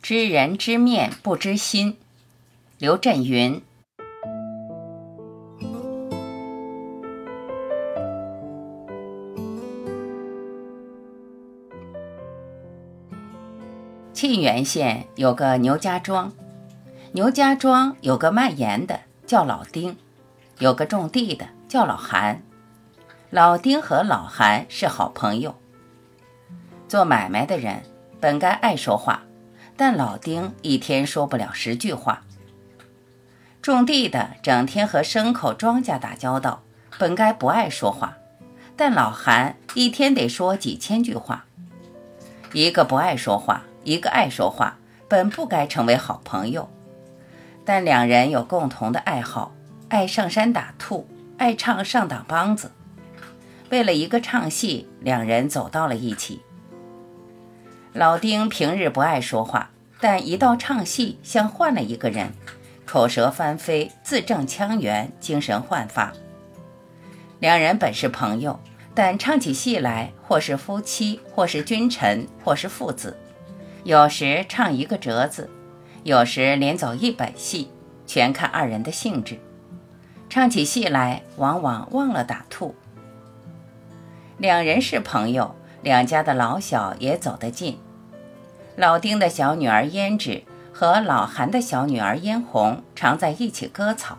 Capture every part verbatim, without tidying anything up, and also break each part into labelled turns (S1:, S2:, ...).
S1: 知人知面不知心。刘震云。沁源县有个牛家庄，牛家庄有个卖盐的叫老丁，有个种地的叫老韩。老丁和老韩是好朋友。做买卖的人本该爱说话，但老丁一天说不了十句话。种地的整天和牲口庄稼打交道，本该不爱说话，但老韩一天得说几千句话。一个不爱说话，一个爱说话，本不该成为好朋友，但两人有共同的爱好，爱上山打兔，爱唱上党梆子。为了一个唱戏，两人走到了一起。老丁平日不爱说话，但一到唱戏像换了一个人，口舌翻飞，字正腔圆，精神焕发。两人本是朋友，但唱起戏来，或是夫妻，或是君臣，或是父子，有时唱一个折子，有时连走一本戏，全看二人的兴致。唱起戏来，往往忘了打兔。两人是朋友，两家的老小也走得近。老丁的小女儿胭脂和老韩的小女儿嫣红常在一起割草。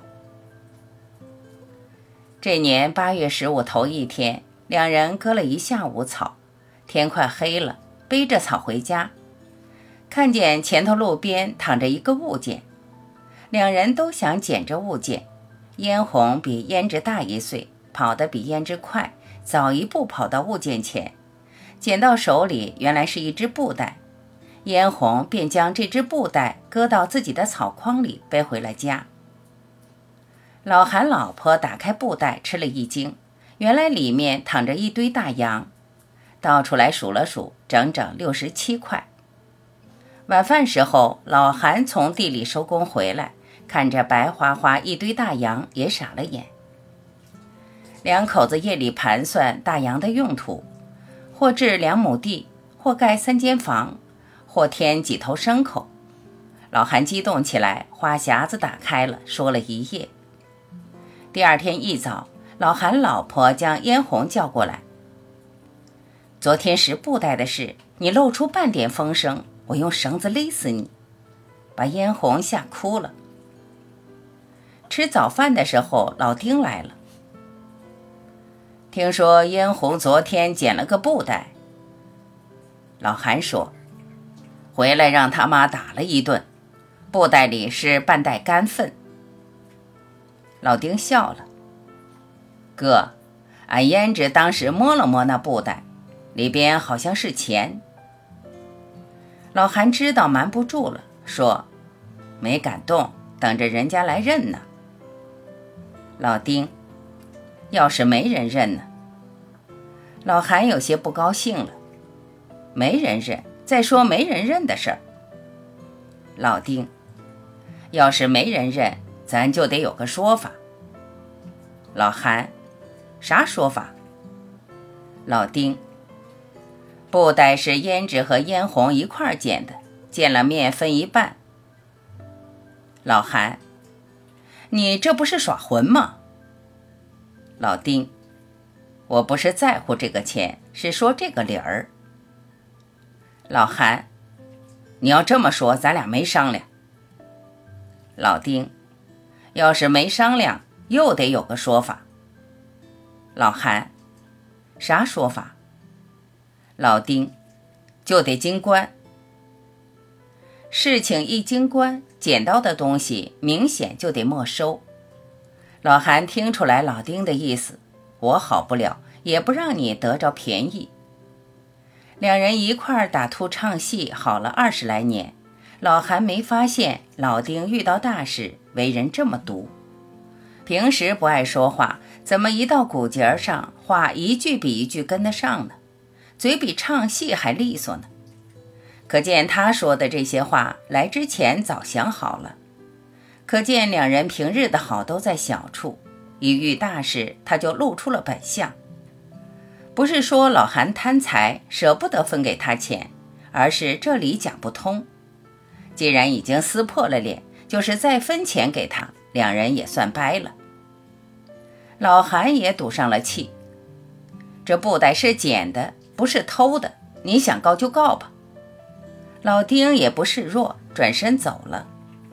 S1: 这年八月十五头一天，两人割了一下午草，天快黑了，背着草回家，看见前头路边躺着一个物件，两人都想捡这物件。嫣红比胭脂大一岁，跑得比胭脂快，早一步跑到物件前，捡到手里原来是一只布袋。嫣红便将这只布袋搁到自己的草筐里，背回了家。老韩老婆打开布袋，吃了一惊，原来里面躺着一堆大洋，倒出来数了数，整整六十七块。晚饭时候，老韩从地里收工回来，看着白花花一堆大洋，也傻了眼。两口子夜里盘算大洋的用途，或治两亩地，或盖三间房，或添几头牲口。老韩激动起来，话匣子打开了，说了一夜。第二天一早，老韩老婆将嫣红叫过来。昨天拾布袋的事，你露出半点风声，我用绳子勒死你，把嫣红吓哭了。吃早饭的时候，老丁来了。听说嫣红昨天捡了个布袋。老韩说，回来让他妈打了一顿，布袋里是半袋干粪。老丁笑了，哥，俺胭脂当时摸了摸那布袋，里边好像是钱。老韩知道瞒不住了，说，没敢动，等着人家来认呢。老丁，要是没人认呢？老韩有些不高兴了，没人认，再说没人认的事儿。老丁，要是没人认，咱就得有个说法。老韩，啥说法？老丁，布袋是胭脂和嫣红一块儿捡的，见了面分一半。老韩，你这不是耍混吗？老丁，我不是在乎这个钱，是说这个理儿。老韩，你要这么说，咱俩没商量。老丁，要是没商量，又得有个说法。老韩，啥说法？老丁，就得经关。事情一经关，捡到的东西明显就得没收。老韩听出来老丁的意思，我好不了，也不让你得着便宜。两人一块儿打兔唱戏，好了二十来年，老韩没发现老丁遇到大事为人这么毒。平时不爱说话，怎么一到鼓节上，话一句比一句跟得上呢？嘴比唱戏还利索呢。可见他说的这些话来之前早想好了。可见两人平日的好都在小处，一遇大事他就露出了本相。不是说老韩贪财舍不得分给他钱，而是这里讲不通。 既然已经撕破了脸，就是再分钱给他，两人也算掰了。老韩也赌上了气，这布袋是捡的，不是偷的，你想告就告吧。老丁也不示弱，转身走了。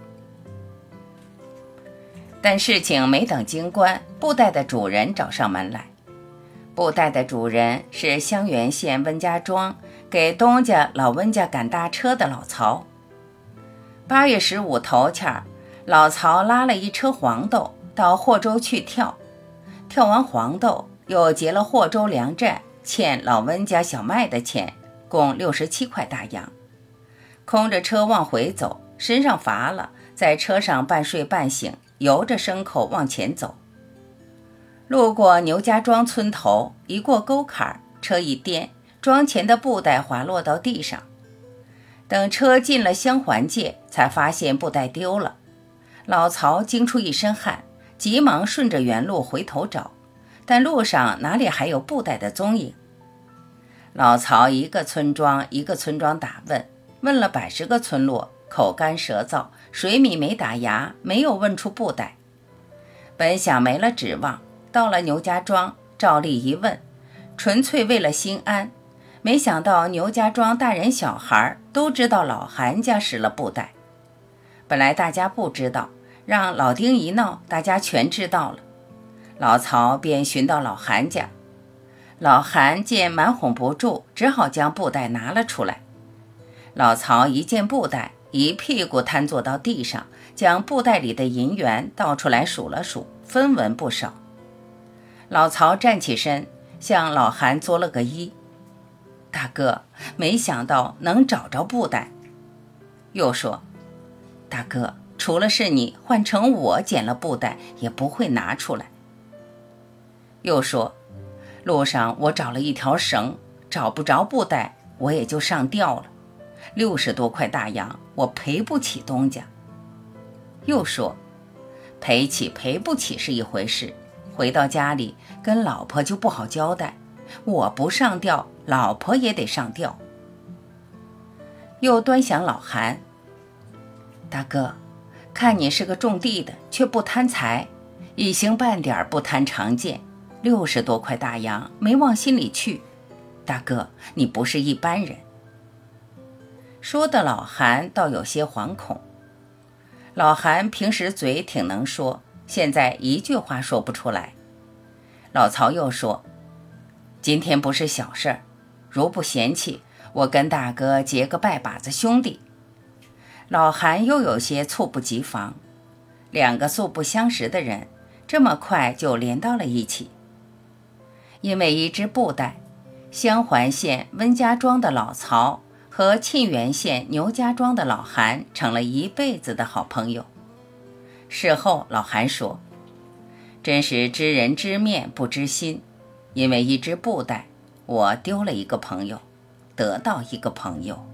S1: 但事情没等经关，布袋的主人找上门来。布袋的主人是襄垣县温家庄给东家老温家赶大车的老曹。八月十五头前，老曹拉了一车黄豆到霍州去跳，跳完黄豆又结了霍州粮站欠老温家小麦的钱，共六十七块大洋。空着车往回走，身上乏了，在车上半睡半醒，由着牲口往前走。路过牛家庄村头，一过沟坎，车一颠，庄前的布袋滑落到地上。等车进了襄环界，才发现布袋丢了。老曹惊出一身汗，急忙顺着原路回头找，但路上哪里还有布袋的踪影。老曹一个村庄一个村庄打问，问了百十个村落，口干舌燥，水米没打牙，没有问出布袋。本想没了指望，到了牛家庄，照例一问，纯粹为了心安，没想到牛家庄大人小孩都知道老韩家使了布袋。本来大家不知道，让老丁一闹，大家全知道了。老曹便寻到老韩家，老韩见瞒哄不住，只好将布袋拿了出来。老曹一见布袋，一屁股瘫坐到地上，将布袋里的银元倒出来数了数，分文不少。老曹站起身，向老韩作了个揖：大哥，没想到能找着布袋。又说：大哥，除了是你，换成我捡了布袋，也不会拿出来。又说：路上我找了一条绳，找不着布袋，我也就上吊了。六十多块大洋，我赔不起东家。又说：赔起赔不起是一回事，回到家里跟老婆就不好交代，我不上吊，老婆也得上吊。又端详老韩：大哥，看你是个种地的，却不贪财，一星半点不贪长见，六十多块大洋没往心里去。大哥，你不是一般人。说的老韩倒有些惶恐。老韩平时嘴挺能说，现在一句话说不出来。老曹又说：今天不是小事儿，如不嫌弃，我跟大哥结个拜把子兄弟。老韩又有些猝不及防，两个素不相识的人这么快就连到了一起。因为一只布袋，襄环县温家庄的老曹和沁源县牛家庄的老韩成了一辈子的好朋友。事后老韩说：真是知人知面不知心，因为一只布袋，我丢了一个朋友，得到一个朋友。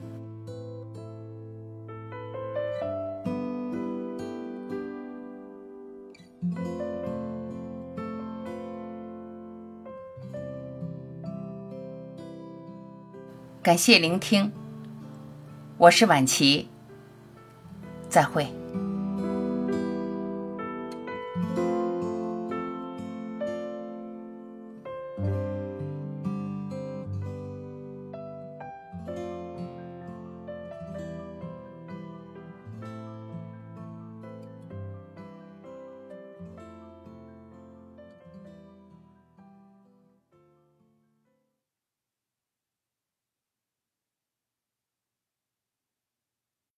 S1: 感谢聆听，我是婉琪，再会。